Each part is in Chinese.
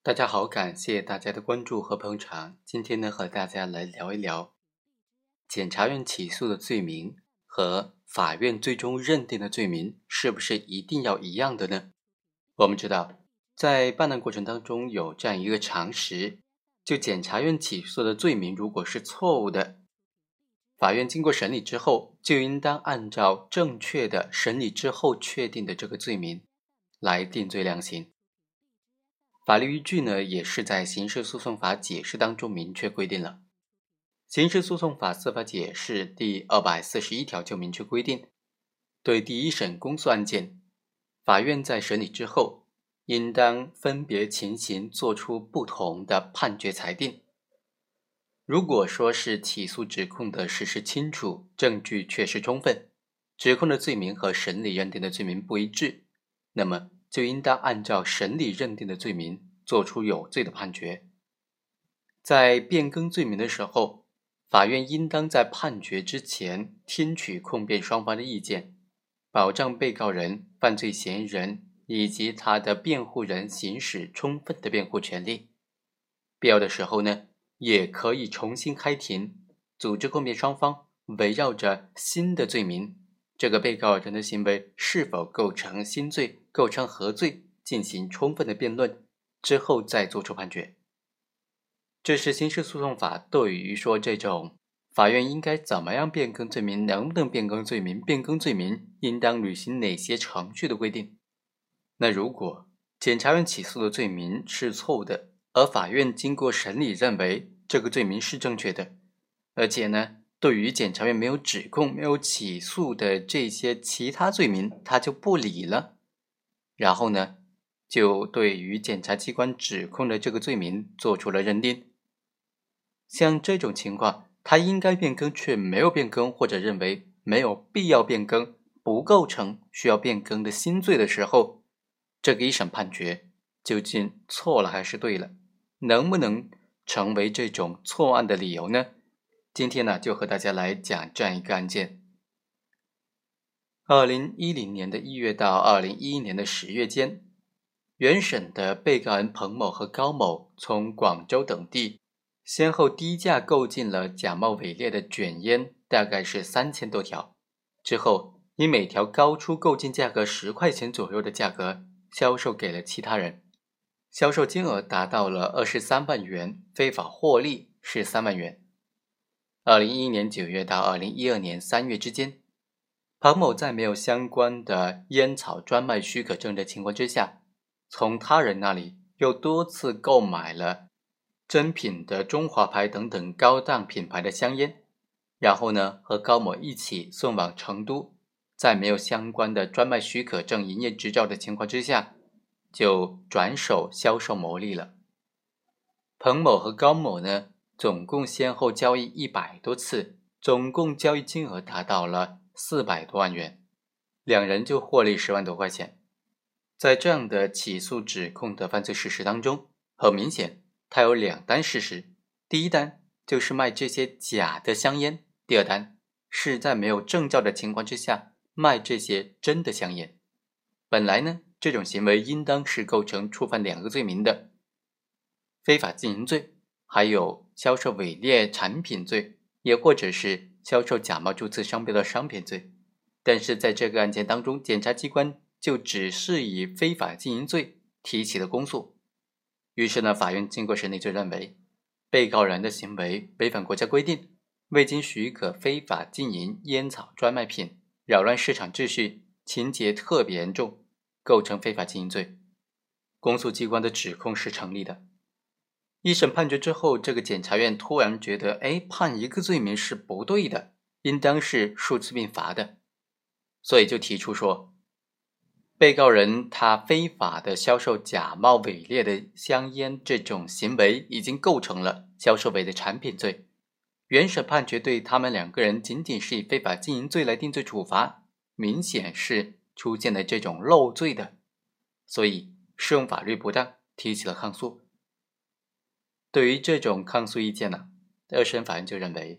大家好，感谢大家的关注和捧场。今天呢，和大家来聊一聊检察院起诉的罪名和法院最终认定的罪名是不是一定要一样的呢？我们知道，在办案过程当中有这样一个常识，就检察院起诉的罪名如果是错误的，法院经过审理之后，就应当按照正确的审理之后确定的这个罪名来定罪量刑。法律依据呢，也是在刑事诉讼法解释当中明确规定了。刑事诉讼法司法解释第241条就明确规定，对第一审公诉案件，法院在审理之后，应当分别情形作出不同的判决裁定。如果说是起诉指控的事实清楚，证据确实充分，指控的罪名和审理认定的罪名不一致，那么就应当按照审理认定的罪名作出有罪的判决。在变更罪名的时候，法院应当在判决之前听取控辩双方的意见，保障被告人、犯罪嫌疑人以及他的辩护人行使充分的辩护权利。必要的时候呢，也可以重新开庭，组织控辩双方围绕着新的罪名，这个被告人的行为是否构成新罪、构成合罪，进行充分的辩论，之后再作出判决。这是刑事诉讼法对于说这种法院应该怎么样变更罪名，能不能变更罪名，变更罪名应当履行哪些程序的规定。那如果检察院起诉的罪名是错误的，而法院经过审理认为这个罪名是正确的，而且呢，对于检察院没有指控、没有起诉的这些其他罪名，他就不理了。然后呢，就对于检察机关指控的这个罪名做出了认定。像这种情况，他应该变更却没有变更，或者认为没有必要变更，不构成需要变更的新罪的时候，这个一审判决究竟错了还是对了，能不能成为这种错案的理由呢？今天呢，就和大家来讲这样一个案件。2010年的1月到2011年的10月间，原审的被告人彭某和高某从广州等地先后低价购进了假冒伪劣的卷烟，大概是3000多条，之后以每条高出购进价格10块钱左右的价格销售给了其他人，销售金额达到了23万元，非法获利是3万元。2011年9月到2012年3月之间，彭某在没有相关的烟草专卖许可证的情况之下，从他人那里又多次购买了真品的中华牌等等高档品牌的香烟，然后呢，和高某一起送往成都，在没有相关的专卖许可证营业执照的情况之下，就转手销售牟利了。彭某和高某呢，总共先后交易100多次，总共交易金额达到了400多万元，两人就获利10万多块钱。在这样的起诉指控的犯罪事实当中，很明显它有2单事实，第一单就是卖这些假的香烟，第二单是在没有证照的情况之下卖这些真的香烟。本来呢，这种行为应当是构成触犯2个罪名的，非法经营罪，还有销售伪劣产品罪，也或者是销售假冒注册商标的商品罪。但是在这个案件当中，检察机关就只是以非法经营罪提起了公诉。于是呢，法院经过审理就认为，被告人的行为违反国家规定，未经许可非法经营烟草专卖品，扰乱市场秩序，情节特别严重，构成非法经营罪。公诉机关的指控是成立的。一审判决之后，这个检察院突然觉得，判一个罪名是不对的，应当是数次并罚的，所以就提出说，被告人他非法的销售假冒伪劣的香烟这种行为已经构成了销售伪的产品罪，原审判决对他们2个人仅仅是以非法经营罪来定罪处罚，明显是出现了这种漏罪的，所以适用法律不当，提起了抗诉。对于这种抗诉意见呢，二审法院就认为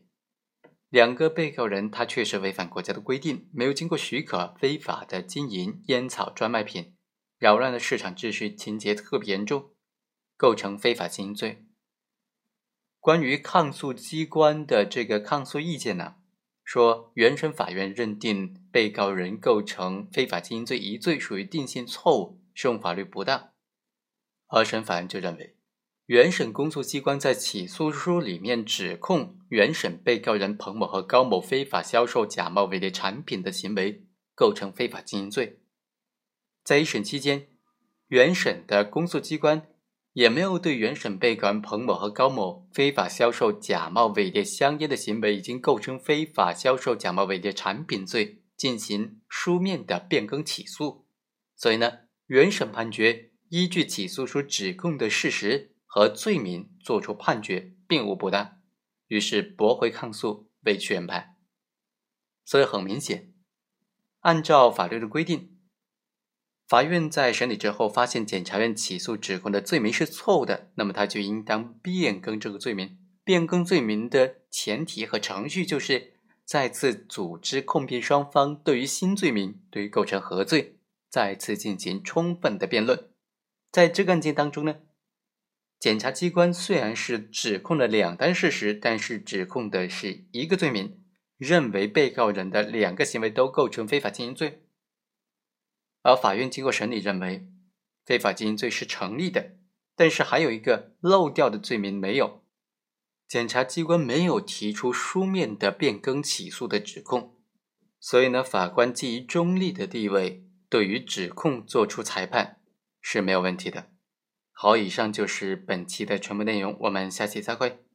，2个被告人他确实违反国家的规定，没有经过许可非法的经营烟草专卖品，扰乱了市场秩序，情节特别严重。 构成非法经营罪。关于抗诉机关的这个抗诉意见呢，说原审法院认定被告人构成非法经营罪一罪属于定性错误，适用法律不当。二审法院就认为，原审公诉机关在起诉书里面指控原审被告人彭某和高某非法销售假冒伪劣产品的行为构成非法经营罪。在一审期间，原审的公诉机关也没有对原审被告人彭某和高某非法销售假冒伪劣香烟的行为已经构成非法销售假冒伪劣产品罪进行书面的变更起诉，所以呢，原审判决依据起诉书指控的事实和罪名作出判决，并无不当，于是驳回抗诉，委屈原判。所以很明显，按照法律的规定，法院在审理之后发现检察院起诉指控的罪名是错误的，那么他就应当变更这个罪名。变更罪名的前提和程序就是再次组织控辩双方对于新罪名，对于构成何罪再次进行充分的辩论。在这个案件当中呢，检察机关虽然是指控了两单事实，但是指控的是一个罪名，认为被告人的两个行为都构成非法经营罪。而法院经过审理认为，非法经营罪是成立的，但是还有一个漏掉的罪名没有，检察机关没有提出书面的变更起诉的指控，所以呢，法官基于中立的地位，对于指控作出裁判是没有问题的。好，以上就是本期的全部内容，我们下期再会。